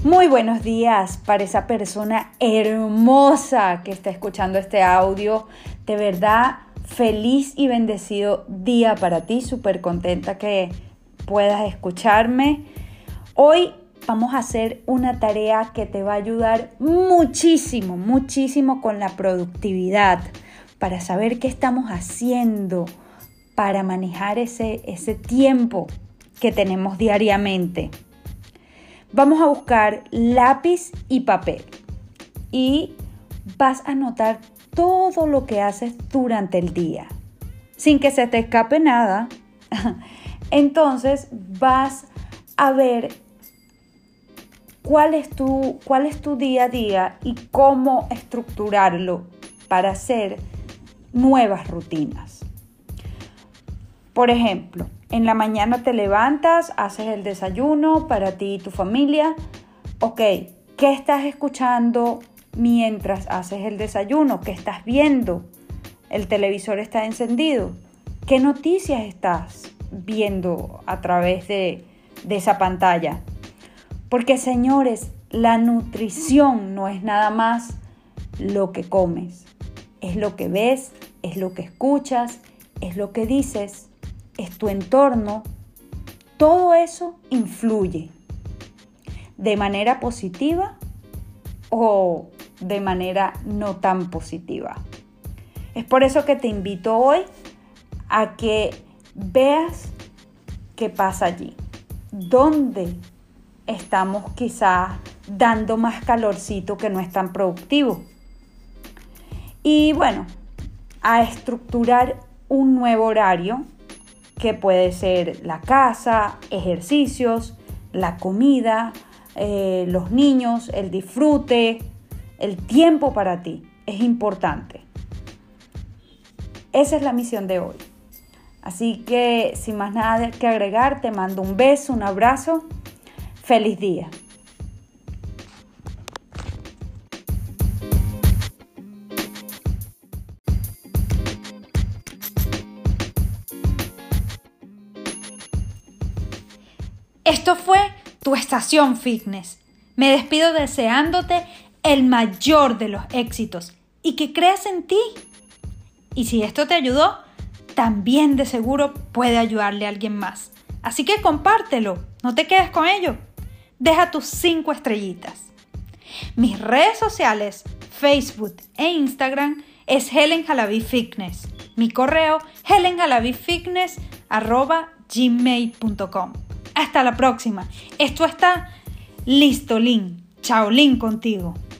Muy buenos días para esa persona hermosa que está escuchando este audio. De verdad, feliz y bendecido día para ti. Súper contenta que puedas escucharme. Hoy vamos a hacer una tarea que te va a ayudar muchísimo con la productividad. Para saber qué estamos haciendo para manejar ese tiempo que tenemos diariamente. Vamos a buscar lápiz y papel y vas a anotar todo lo que haces durante el día, sin que se te escape nada. Entonces vas a ver cuál es tu día a día y cómo estructurarlo para hacer nuevas rutinas. Por ejemplo, en la mañana te levantas, haces el desayuno para ti y tu familia. Ok, ¿qué estás escuchando mientras haces el desayuno? ¿Qué estás viendo? ¿El televisor está encendido? ¿Qué noticias estás viendo a través de esa pantalla? Porque, señores, la nutrición no es nada más lo que comes. Es lo que ves, es lo que escuchas, es lo que dices. Es tu entorno, todo eso influye de manera positiva o de manera no tan positiva. Es por eso que te invito hoy a que veas qué pasa allí, dónde estamos quizás dando más calorcito que no es tan productivo. Y bueno, a estructurar un nuevo horario que puede ser la casa, ejercicios, la comida, los niños, el disfrute, el tiempo para ti. Es importante. Esa es la misión de hoy. Así que, sin más nada que agregar, te mando un beso, un abrazo. ¡Feliz día! Esto fue tu Estación Fitness. Me despido deseándote el mayor de los éxitos y que creas en ti. Y si esto te ayudó, también de seguro puede ayudarle a alguien más. Así que compártelo, no te quedes con ello. Deja tus 5 estrellitas. Mis redes sociales, Facebook e Instagram es Helen Jalaví Fitness. Mi correo helenjalavifitness@gmail.com. Hasta la próxima. Esto está listo, Lin. Chao, Lin contigo.